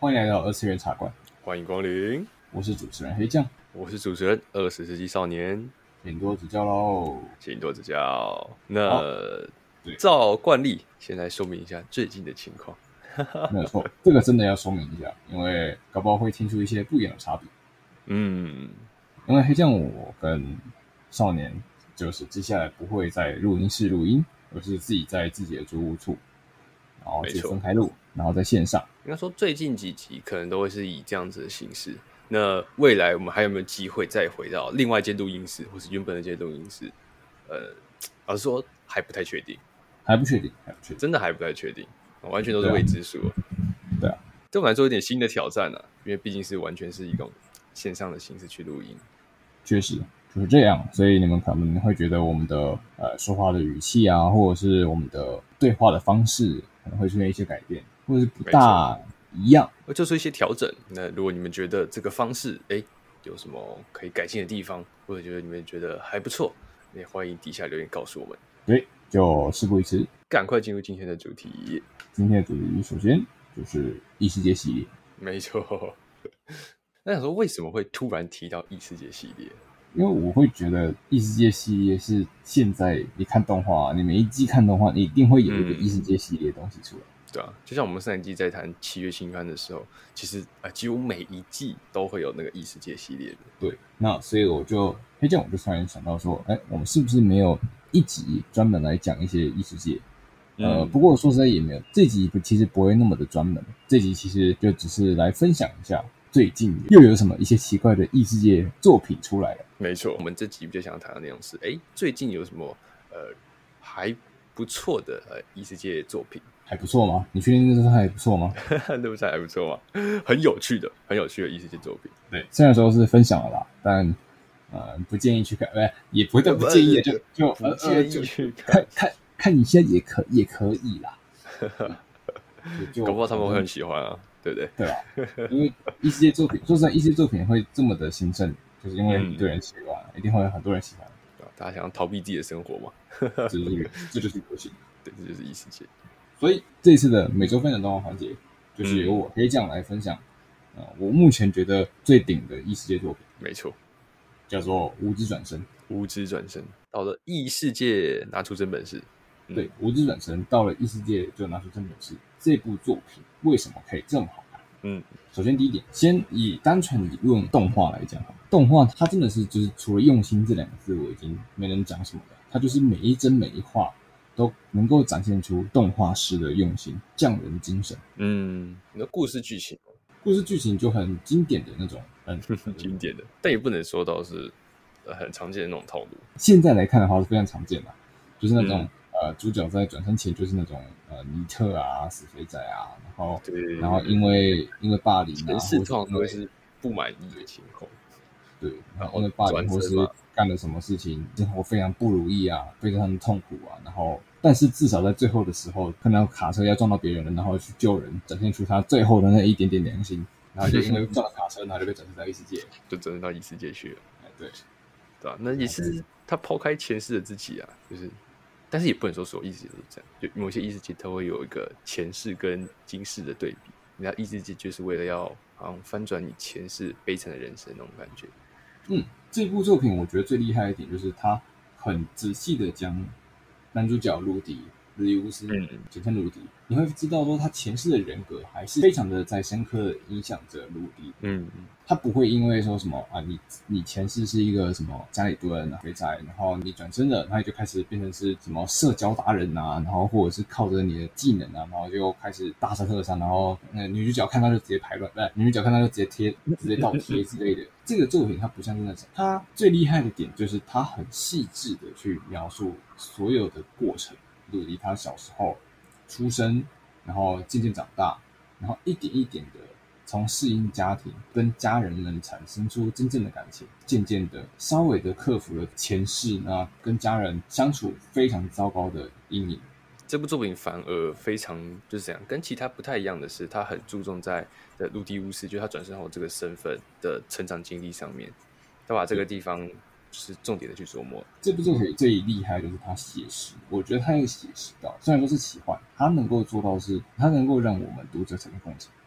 欢迎来到二次元茶馆， 欢迎光临， 我是主持人黑酱， 我是主持人20世纪少年， 请多指教喽。 请多指教。那对， 照惯例，先来说明一下最近的情况。 没有错，这个真的要说明一下，因为搞不好会听出一些不一样的差别。因为黑酱我跟少年就是接下来不会在录音室录音，而是自己在自己的租屋处，然后自己分开录，然后在线上。 应该说最近几集可能都会是以这样子的形式。那未来我们还有没有机会再回到另外一间录音室，或是原本的间录音室？老实说还不太确定， 还不确定， 真的还不太确定，完全都是未知数。 对啊， 对我们来说有点新的挑战啊，因为毕竟是完全是一种线上的形式去录音。 确实就是这样，所以你们可能会觉得我们的说话的语气啊，或者是我们的对话的方式可能会出现一些改变，或者是不大一样， 会做出一些调整。那如果你们觉得这个方式有什么可以改进的地方，或者觉得你们觉得还不错，也欢迎底下留言告诉我们。 对，就事不宜迟， 赶快进入今天的主题。 今天的主题首先就是异世界系列。 没错。那想说为什么会突然提到异世界系列？ 因为我会觉得异世界系列是现在你看动画，你每一季看动画，你一定会有一个异世界系列的东西出来。 对啊，就像我们上一季在谈7月新番的时候，其实几乎每一季都会有那个异世界系列的。 对，那所以我就突然想到说，我们是不是没有一集专门来讲一些异世界？不过说实在也没有，这集其实不会那么的专门，这集其实就只是来分享一下最近又有什么一些奇怪的异世界作品出来了。 没错，我们这集比较想要谈的内容是，最近有什么还不错的异世界作品？ 还不错吗？你确定这是还不错吗？ 那不是还不错吗？很有趣的异世界作品。 对，虽然说是分享了啦，但不建议去看，也不会不建议，就不建议去看一下也可以啦。 搞不好他们会很喜欢啊，对不对？ 对吧？因为异世界作品，说实在，异世界作品会这么的兴盛，就是因为一堆人喜欢，一定会有很多人喜欢。 大家想要逃避自己的生活嘛？ 这就是游戏， 对，这就是异世界。 所以这一次的每周分享动画环节，就是由我黑酱来分享，我目前觉得最顶的异世界作品， 没错， 叫做《无知转身》。 无知转身到了异世界，拿出真本事。 对，无知转身到了异世界就拿出真本事。这部作品为什么可以这么好看？首先第一点，先单纯以论动画来讲，动画它真的是就是除了用心这两个字，我已经没能讲什么了。它就是每一帧每一画都能够展现出动画师的用心、匠人精神。 那故事剧情就很经典的那种，很经典的，但也不能说到是很常见的那种套路。 现在来看的话是非常常见的，就是那种主角在转身前就是那种尼特啊、死肥仔啊，然后因为霸凌啊， 或者因为是不满意的情况， 对，然后因为霸凌或是干了什么事情，生活非常不如意啊，非常痛苦啊，然后但是至少在最后的时候，看到卡车要撞到别人了，然后去救人，展现出他最后的那一点点良心，然后就因为撞了卡车，然后就被转身到异世界， 就转身到异世界去了。 对吧？那也是他抛开前世的自己啊，就是。但是也不能说所有异世界都是这样，就某些异世界它会有一个前世跟今世的对比。你看异世界就是为了要好像翻转你前世悲惨的人生那种感觉。 这部作品我觉得最厉害的一点就是他很仔细的将男主角鲁迪乌斯，简称鲁迪，你会知道说他前世的人格还是非常的在深刻的影响着鲁迪。他不会因为说什么啊，你前世是一个什么家里蹲肥仔，然后你转身了，然后你就开始变成是什么社交达人啊，然后或者是靠着你的技能啊，然后就开始大杀特杀，然后女主角看到就直接排乱，女主角看到就直接倒贴之类的。这个作品它不像是那种，它最厉害的点就是它很细致的去描述所有的过程。鲁迪他小时候出生，然后渐渐长大，然后一点一点的从适应家庭，跟家人们产生出真正的感情，渐渐的稍微的克服了前世跟家人相处非常糟糕的阴影。 这部作品反而非常就是这样，跟其他不太一样的是，他很注重在鲁迪乌斯，就是他转身后这个身份的成长经历上面，他把这个地方是重点的去琢磨。 这部作品最厉害就是它写实，我觉得它写实到，虽然说是奇幻，它能够做到是，它能够让我们读者产生共情。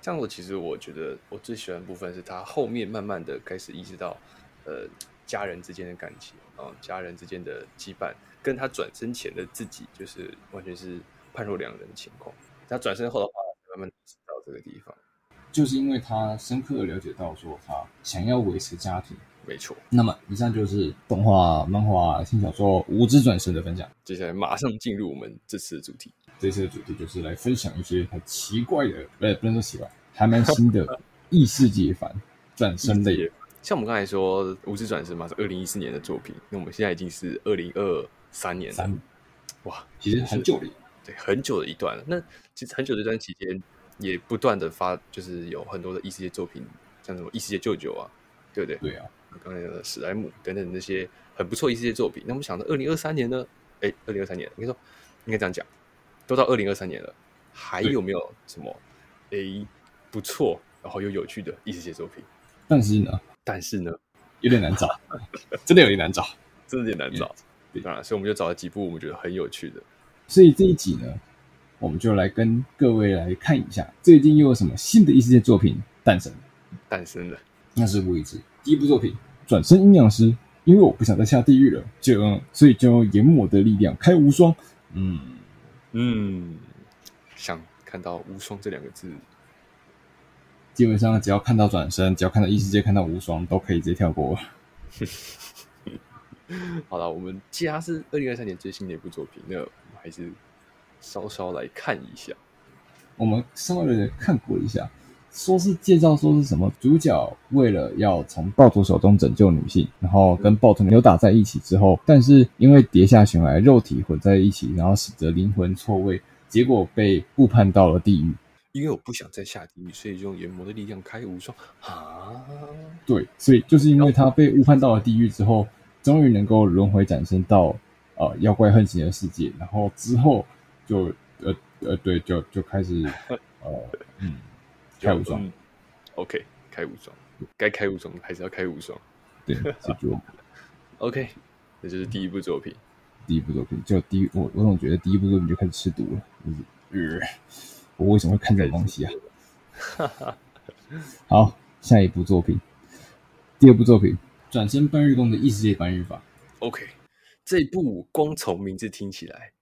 这样其实我觉得我最喜欢的部分是他后面慢慢的开始意识到，家人之间的感情家人之间的羁绊，跟他转身前的自己就是完全是判若两人的情况。他转身后的话，慢慢意识到这个地方， 就是因为他深刻的了解到说他想要维持家庭。 没错。 那么以上就是动画、漫画、轻小说《无知转身》的分享。 接下来马上进入我们这次的主题。 这次的主题就是来分享一些很奇怪的，不能说奇怪，还蛮新的异世界番转身类。 像我们刚才说《无知转身》嘛，是2014年的作品，那我们现在已经是2023年了，哇， 其实很久了， 对，很久的一段了。那其实很久的一段期间，也不断的就是有很多的异世界作品，像什么异世界舅舅啊，对不对？ 对啊， 刚才的史莱姆等等那些很不错异世界作品。那我们想到2023年呢？2023年，应该这样讲，都到2023年了，还有没有什么不错，然后又有趣的异世界作品？但是呢， 有点难找，真的有点难找， 真的有点难找。当然，所以我们就找了几部我们觉得很有趣的。 所以这一集呢，我们就来跟各位来看一下，最近又有什么新的异世界作品诞生了。那是无一致。第一部作品《转身阴阳师》，因为我不想再下地狱了，所以就用研磨的力量开无双。 想看到无双这2个字， 基本上只要看到转身，只要看到异世界，看到无双，都可以直接跳过。 好了，我们既然是2023年最新的一部作品，那我们还是稍稍来看一下。 我们稍微的看过一下，说是介绍说是什么主角为了要从暴徒手中拯救女性，然后跟暴徒扭打在一起之后，但是因为跌下悬崖，肉体混在一起，然后使得灵魂错位，结果被误判到了地狱。 因为我不想再下地狱，所以就用研磨的力量开无双啊！ 对，所以就是因为他被误判到了地狱之后，终于能够轮回转身到妖怪横行的世界，然后之后就开始开无双。 OK， 开无双，该开无双还是要开无双。 对，这就 OK， 这就是第一部作品。 我总觉得第一部作品就开始吃毒了，就是我为什么会看这种东西啊？好，下一部作品，第二部作品，转身搬运工的异世界搬运法。 OK， 这一部光从名字听起来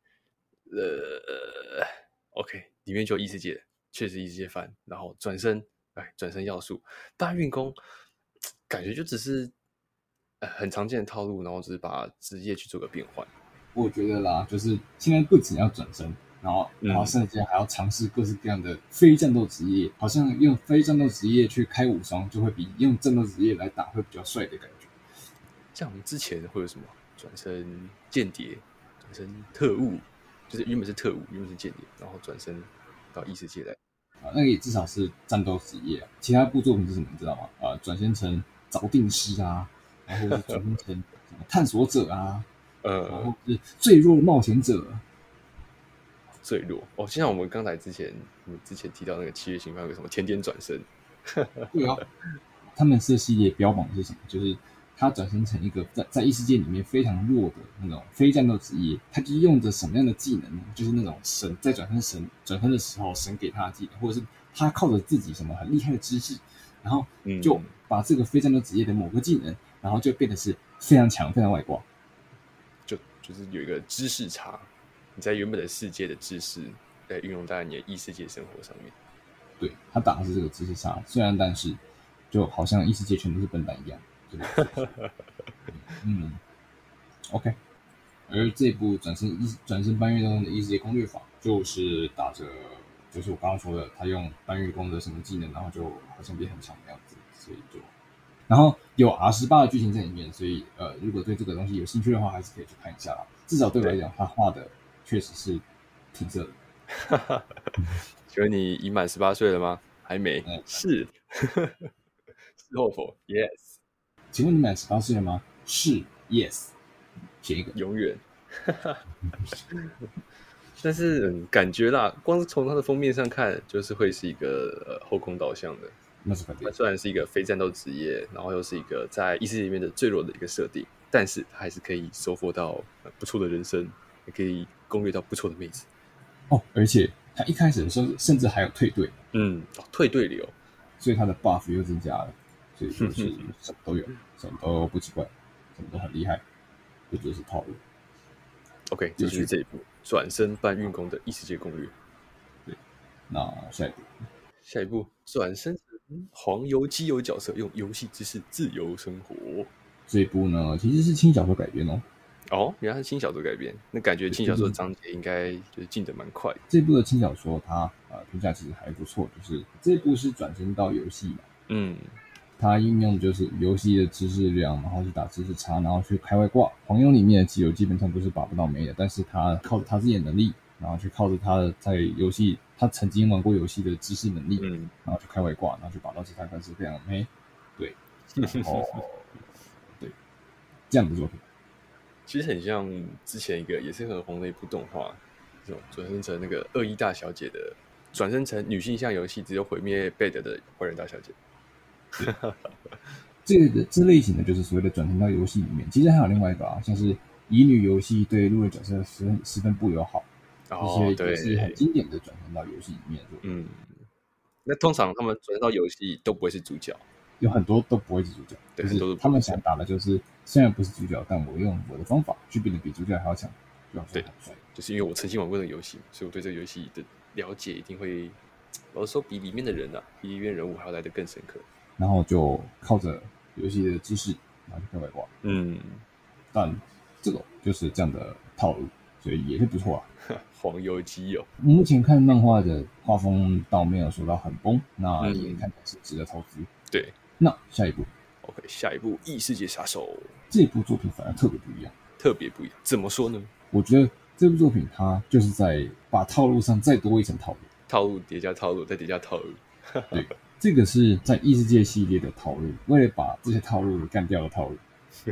，OK， 里面就有异世界，确实异世界番，然后转身要素，搬运工，感觉就只是很常见的套路，然后只是把职业去做个变换。 我觉得啦，就是现在不仅要转身，然后甚至还要尝试各式各样的非战斗职业，好像用非战斗职业去开无双，就会比用战斗职业来打会比较帅的感觉。 像我们之前会有什么转身间谍、转身特务，就是原本是特务，原本是间谍，然后转身到异世界来。 那个也至少是战斗职业啊。其他部作品是什么，你知道吗？转身成凿定师啊，然后是转身成什么探索者啊，然后是最弱的冒险者。 最弱哦，就像我们刚才之前提到那个7月新番有什么甜点转身， 对啊，他们这系列标榜的是什么？就是他转身成一个在异世界里面非常弱的那种非战斗职业，他就是用着什么样的技能呢？就是那种神在转身的时候，神给他的技能，或者是他靠着自己什么很厉害的知识，然后就把这个非战斗职业的某个技能，然后就变得是非常强、非常外挂， 就是有一个知识差。你在原本的世界的知识，在运用在你的异世界生活上面。 对，他打的是这个知识差，但是就好像异世界全都是笨蛋一样。OK。而这部转身搬运工的异世界攻略法，就是打着就是我刚刚说的，他用搬运工的什么技能，然后就好像变很强的样子，所以然后有 R18 的剧情在里面，所以如果对这个东西有兴趣的话，还是可以去看一下啦。至少对我来讲，他画的确实是挺色的。 请问你已满18岁了吗？还没，是。是或否 ？Yes。 请问你满18岁了吗？是 ，Yes。选一个， 永远。但是感觉啦，光是从它的封面上看，就是会是一个后空导向的。 那是肯定。 它虽然是一个非战斗职业，然后又是一个在异世界里面的最弱的一个设定，但是它还是可以收获到不错的人生，也可以攻略到不错的妹子。 哦，而且他一开始的时候甚至还有退队， 退队流， 所以他的 buff 又增加了，所以就是什么都有，什么都不奇怪，什么都很厉害，这就是套路。 OK， 这就是这一部转身搬运工的异世界攻略。 对，那下一部转身成黄油机油角色，用游戏知识自由生活。 这一部呢，其实是轻小说改编哦。 哦，原来是轻小说改编，那感觉轻小说的章节应该就是进得蛮快的。 这部的轻小说它评价其实还不错，就是这部是转身到游戏嘛，它应用就是游戏的知识量，然后去打知识差，然后去开外挂。黄油里面的基友基本上都是把不到妹的，但是他靠着他自己的能力，然后去靠着他在游戏他曾经玩过游戏的知识能力，然后去开外挂，然后去把到其他各式各样的妹，对，然后对这样的作品。 其实很像之前一个也是很红的一部动画，这种转身成那个恶意大小姐的，转身成女性向游戏只有毁灭贝德的坏人大小姐。 这类型的就是所谓的转身到游戏里面，其实还有另外一个像是乙女游戏对路人角色十分不友好，这些也是很经典的转身到游戏里面的。 那通常他们转身到游戏都不会是主角。 有很多都不会是主角， 对， 就是他们想打的就是虽然不是主角，但我用我的方法去变得比主角还要强， 对，就是因为我曾经玩过这个游戏，所以我对这个游戏的了解一定会，老实说比里面的人比里面人物还要来得更深刻。 然后就靠着游戏的知识，然后去开外挂。但这种就是这样的套路，所以也是不错啊。 黄油机油， 目前看漫画的画风倒没有说到很崩，那也看起来是值得投资。 对。 那下一部 ，OK， 下一部《异世界杀手》 这部作品反而特别不一样， 怎么说呢？ 我觉得这部作品它就是在把套路上再多一层套路， 套路叠加套路再叠加套路。 对，这个是在异世界系列的套路，为了把这些套路干掉的套路。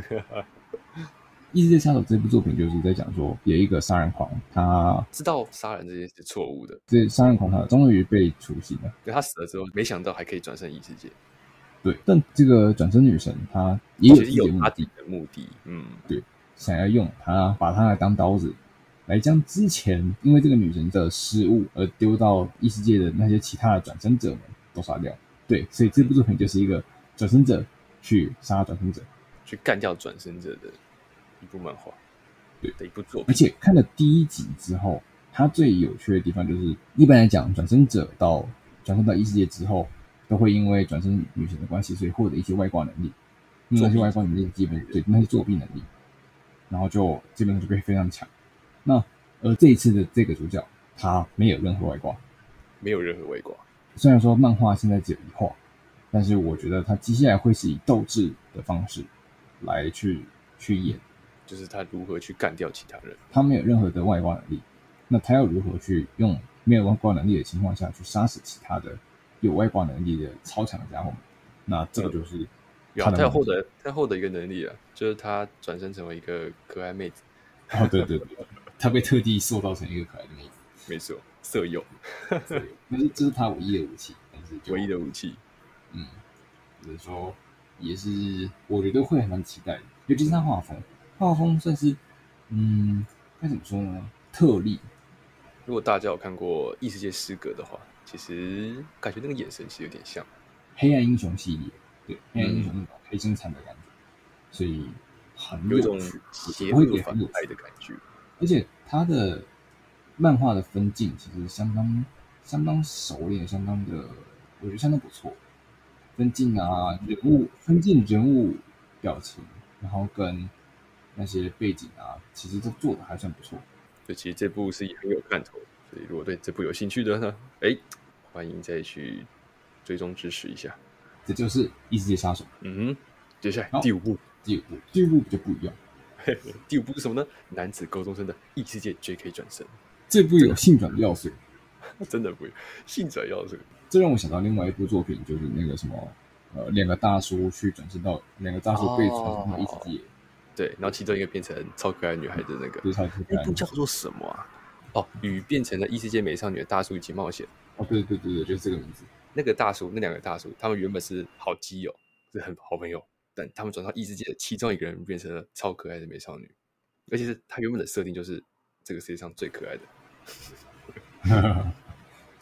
异世界杀手这部作品就是在讲说，有一个杀人狂，他知道杀人这件事错误的， 这杀人狂他终于被处刑了。 对，他死了之后，没想到还可以转身异世界。 对，但这个转身女神她也有自己的目的， 对，想要用它把它来当刀子，来将之前因为这个女神的失误而丢到异世界的那些其他的转生者们都杀掉。对，所以这部作品就是一个转生者去杀转生者， 去干掉转生者的一部漫画， 对的一部作品。 而且看了第一集之后，它最有趣的地方就是，一般来讲，转生者转生到异世界之后，都会因为转生女神的关系，所以获得一些外挂能力。那些外挂能力基本对那些作弊能力，然后就基本上就会非常强。那这一次的这个主角，他没有任何外挂，虽然说漫画现在只有一话，但是我觉得他接下来会是以斗智的方式来去演， 就是他如何去干掉其他人。 他没有任何的外挂能力，那他要如何去用没有外挂能力的情况下去杀死其他的有外挂能力的超强的家伙们？那这个就是他要获得一个能力就是他转身成为一个可爱妹子。 对，他被特地塑造成一个可爱的妹子， 没错，色诱。 这是他唯一的武器， 唯一的武器。 就是说，也是我觉得会还蛮期待的，尤其是他画风算是该怎么说呢？特例。 如果大家有看过《异世界失格》的话，其实感觉那个眼神其实有点像黑暗英雄系列，对，黑暗英雄那种黑生产的感觉，所以很有一种邪恶反派的感觉。 而且他的漫画的分镜其实相当熟练，我觉得相当不错。分镜人物表情，然后跟那些背景其实都做的还算不错。 所以其实这部是很有看头，所以如果对这部有兴趣的呢，欢迎再去追踪支持一下。 这就是《异世界杀手》。 接下来第五部比较不一样。 第五部是什么呢？男子高中生的异世界 JK 转身。 这部有性转的要素， 真的不性转要素。 这让我想到另外一部作品，就是那个什么两个大叔去转身到两个大叔被转身到异世界。 对，然后其中一个变成超可爱女孩的那个，那部叫做什么啊？与变成了异世界美少女的大叔一起冒险。 对，就是这个名字。 那两个大叔，他们原本是好基友，是很好朋友，但他们转到异世界的其中一个人变成了超可爱的美少女，而且是他原本的设定就是这个世界上最可爱的。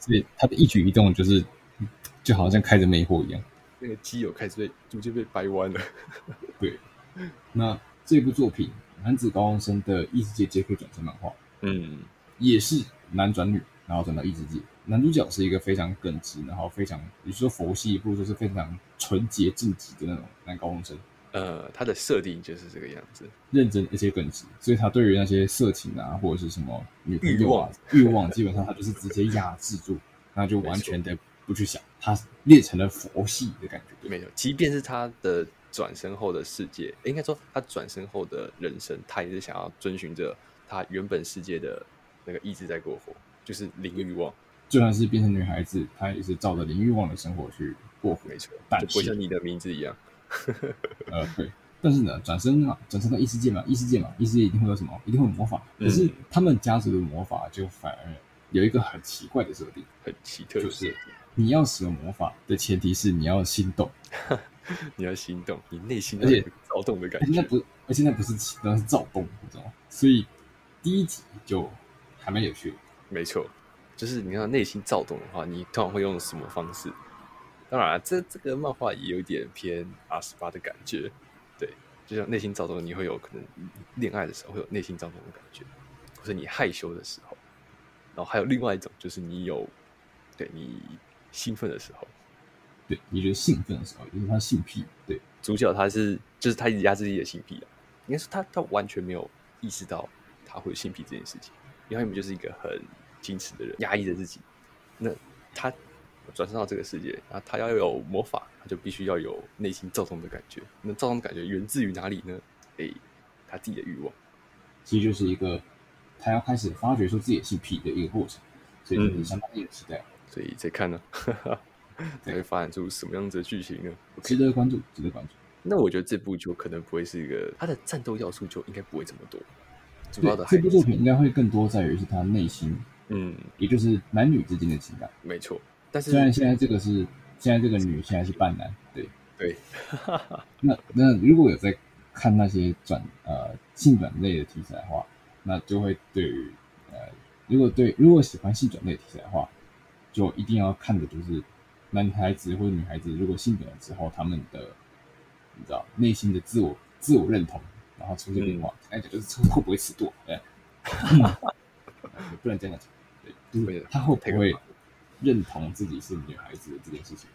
所以他的一举一动就好像开着魅惑一样。 那个基友开始逐渐被掰弯了。 对，那这部作品男子高中生的异世界 JK 转生漫画，也是男转女，然后转到异世界。男主角是一个非常耿直，然后非常，比如说佛系，不如说是非常纯洁正直的那种男高中生。 他的设定就是这个样子， 认真而且耿直，所以他对于那些色情啊，或者是什么女朋友啊、欲望，基本上他就是直接压制住，然后就完全的不去想，他练成了佛系的感觉。 没有，即便是他的转身后的世界，应该说他转身后的人生，他也是想要遵循着他原本世界的那个意志在过活，就是零欲望。 就算是变成女孩子，她也是照着零欲望的生活去过活。 没错，就不会像你的名字一样。 对。但是呢，转身到异世界嘛，异世界一定会有什么？一定会有魔法。可是他们家族的魔法就反而有一个很奇怪的设定， 很奇特的设定， 就是你要使用魔法的前提是你要心动， 你要心动，你内心要有躁动的感觉。 而且那不是心动，是躁动，你知道吗？所以第一集就还蛮有趣的。 没错，就是你要内心躁动的话，你通常会用什么方式？当然，这个漫画也有点偏R18的感觉，对，就像内心躁动，你会有可能恋爱的时候会有内心躁动的感觉，或者你害羞的时候，然后还有另外一种就是你兴奋的时候， 对，你觉得兴奋的时候，就是他性癖，对， 主角就是他一直压制自己的性癖啊，应该是他完全没有意识到他会有性癖这件事情，因为他原本就是一个很矜持的人，压抑着自己，那他转身到这个世界，然后他要有魔法，他就必须要有内心躁动的感觉。那躁动的感觉源自于哪里呢？他自己的欲望， 其实就是一个他要开始发掘出自己的性癖的一个过程，所以就是相当令人期待。 所以再看呢，才会发展出什么样子的剧情呢？ 值得关注，值得关注。 那我觉得这部就可能不会是一个，它的战斗要素就应该不会这么多。主要的这部作品应该会更多在于是他内心，也就是男女之间的情感。 没错。但是虽然现在这个女现在是半男，对。那如果有在看那些性转类的题材的话，那就会对于如果喜欢性转类的题材的话，就一定要看的就是男孩子或者女孩子如果性转了之后，他们的你知道内心的自我认同，然后出现变化。刚才讲就是会不会迟钝，不能这样讲，对，就是他会不会认同自己是女孩子的这件事情。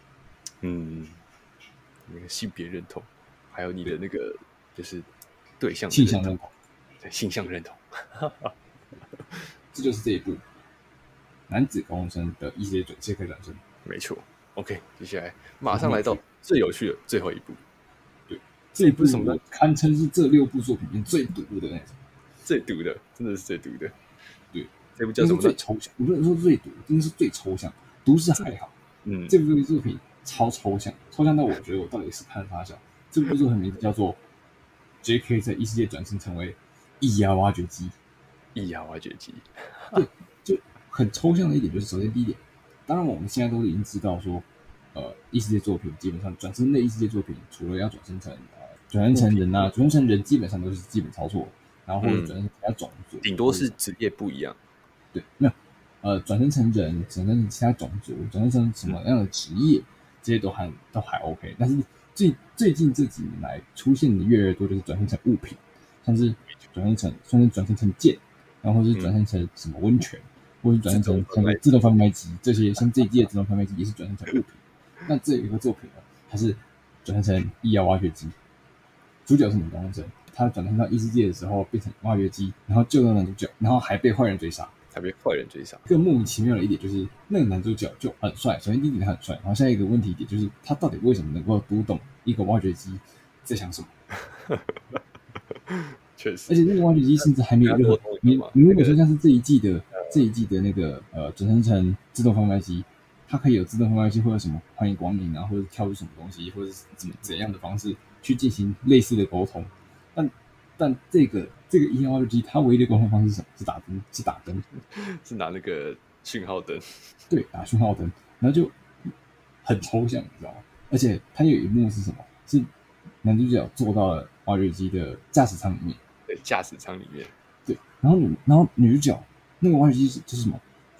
那个性别认同，还有你的那个就是对象性向认同， 对，性向认同， 这就是这一部男子高中生的一些JK转生。 没错。OK， 接下来马上来到最有趣的最后一部。 对，这一部什么堪称是这6部作品里面最毒的那种， 最毒的，真的是最毒的。 对， 这部叫什么？ 最抽象，我不能说最毒，真的是最抽象。毒是还好，这部作品超抽象，抽象到我觉得我到底是看发小。这部作品名字叫做 JK 在异世界转生成为异牙挖掘机。 异牙挖掘机， 对，就很抽象的一点就是，首先第一点，当然我们现在都已经知道说，异世界作品基本上转生类异世界作品，除了要转生成人啊，转生成人基本上都是基本操作，然后或者转生成其他种族， 顶多是职业不一样。 对，没有，转生成人，转生成其他种族，转生成什么样的职业，这些都还 OK。但是最近这几年来出现的越来越多，就是转生成物品，像是转生成剑，然后或是转生成什么温泉，或是转生成像自动贩卖机这些，像这一季的自动贩卖机也是转生成物品。那这有一个作品呢，它是转生成异牙挖掘机，主角是女高中生，她转生到异世界的时候变成挖掘机，然后救到男主角，然后还被坏人追杀。更莫名其妙的一点就是，那个男主角就很帅。首先第一点他很帅，然后下一个问题点就是，他到底为什么能够读懂一个挖掘机在想什么？ 确实， 而且那个挖掘机甚至还没有任何你如果说像是这一季的那个转生成自动贩卖机，它可以有自动贩卖机会有什么欢迎光临啊，或者跳出什么东西，或者是怎样的方式去进行类似的沟通，但这个异牙挖掘机，它唯一的沟通方式是什么？是打灯， 是拿那个讯号灯， 对，打讯号灯，然后就很抽象，你知道吗？而且它有一幕是什么？是男主角坐到了挖掘机的驾驶舱里面， 对，驾驶舱里面， 对，然后女主角那个挖掘机就是什么啊？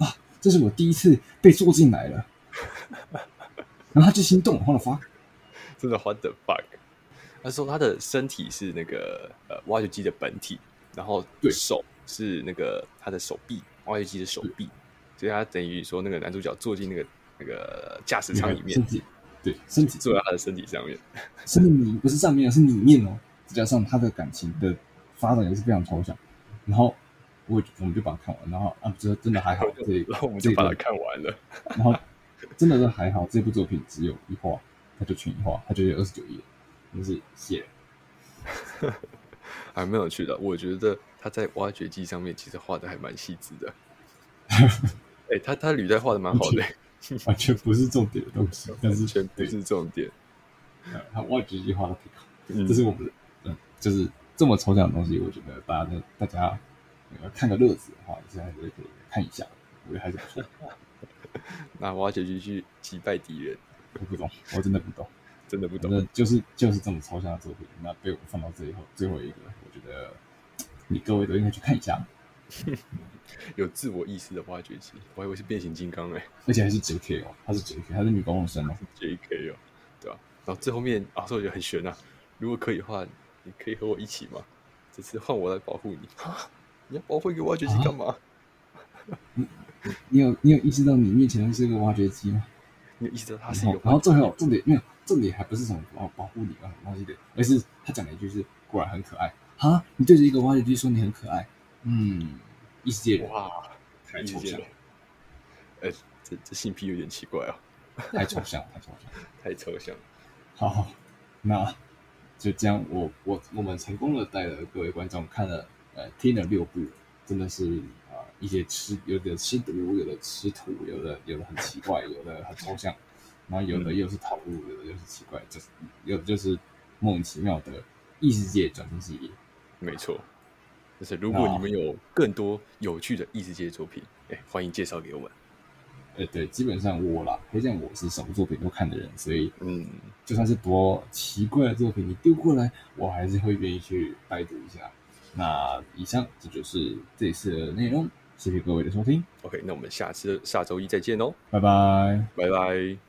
这是我第一次被做进来了。然后他就心动，花了发， 真的 what the fuck。他说他的身体是那个挖掘机的本体，然后手是那个他的手臂，挖掘机的手臂，所以他等于说那个男主角坐进那个驾驶舱里面， 身体对身体坐在他的身体上面， 身体不是上面，是里面哦。再加上他的感情的发展也是非常抽象。然后我们就把它看完，然后这真的还好， 然后我们就把它看完了。 然后真的是还好，这部作品只有一话，它就全一话，它就有29页，真是谢了。 还蛮有趣的，我觉得他在挖掘机上面其实画的还蛮细致的。他履带画的蛮好的， 完全不是重点的东西，但是完全不是重点。 他挖掘机画的挺好，这是我们就是这么抽象的东西，我觉得大家看个乐子的话，还是可以看一下，我觉得还是不错。 拿挖掘机去击败敌人， 我不懂，我真的不懂， 真的不懂。 就是这么抽象的作品，那被我放到最后一个，我觉得你各位都应该去看一下。 有自我意识的挖掘机，我还以为是变形金刚而且还是 JK 哦，她是 JK， 她是女高中生哦， 是 JK 哦，对吧？然后最后面所以我觉得很悬啊。如果可以的话，你可以和我一起吗？这次换我来保护你。你要保护一个挖掘机干嘛？ 你有意识到你面前的是个挖掘机吗？ 你有意识到他是一个？ 然后最后重点还不是什么保护你啊什么东西的，而是他讲了一句是果然很可爱哈，你对着一个挖掘机说你很可爱，异世界人哇， 太抽象了， 这性癖有点奇怪哦， 太抽象， 太抽象。 好，那就这样，我们成功的带了各位观众看了听了6部，真的是一些有的吃毒，有的吃土，有的很奇怪，有的很抽象，然后有的又是套路，有的又是奇怪，有的就是莫名其妙的异世界转身系列。 没错，就是如果你们有更多有趣的异世界作品，欢迎介绍给我们。 对，基本上黑酱我是什么作品都看的人，所以就算是多奇怪的作品你丢过来，我还是会愿意去拜读一下。那以上这就是这一次的内容，谢谢各位的收听。 OK， 那我们下周一再见哦， 拜拜， 拜拜。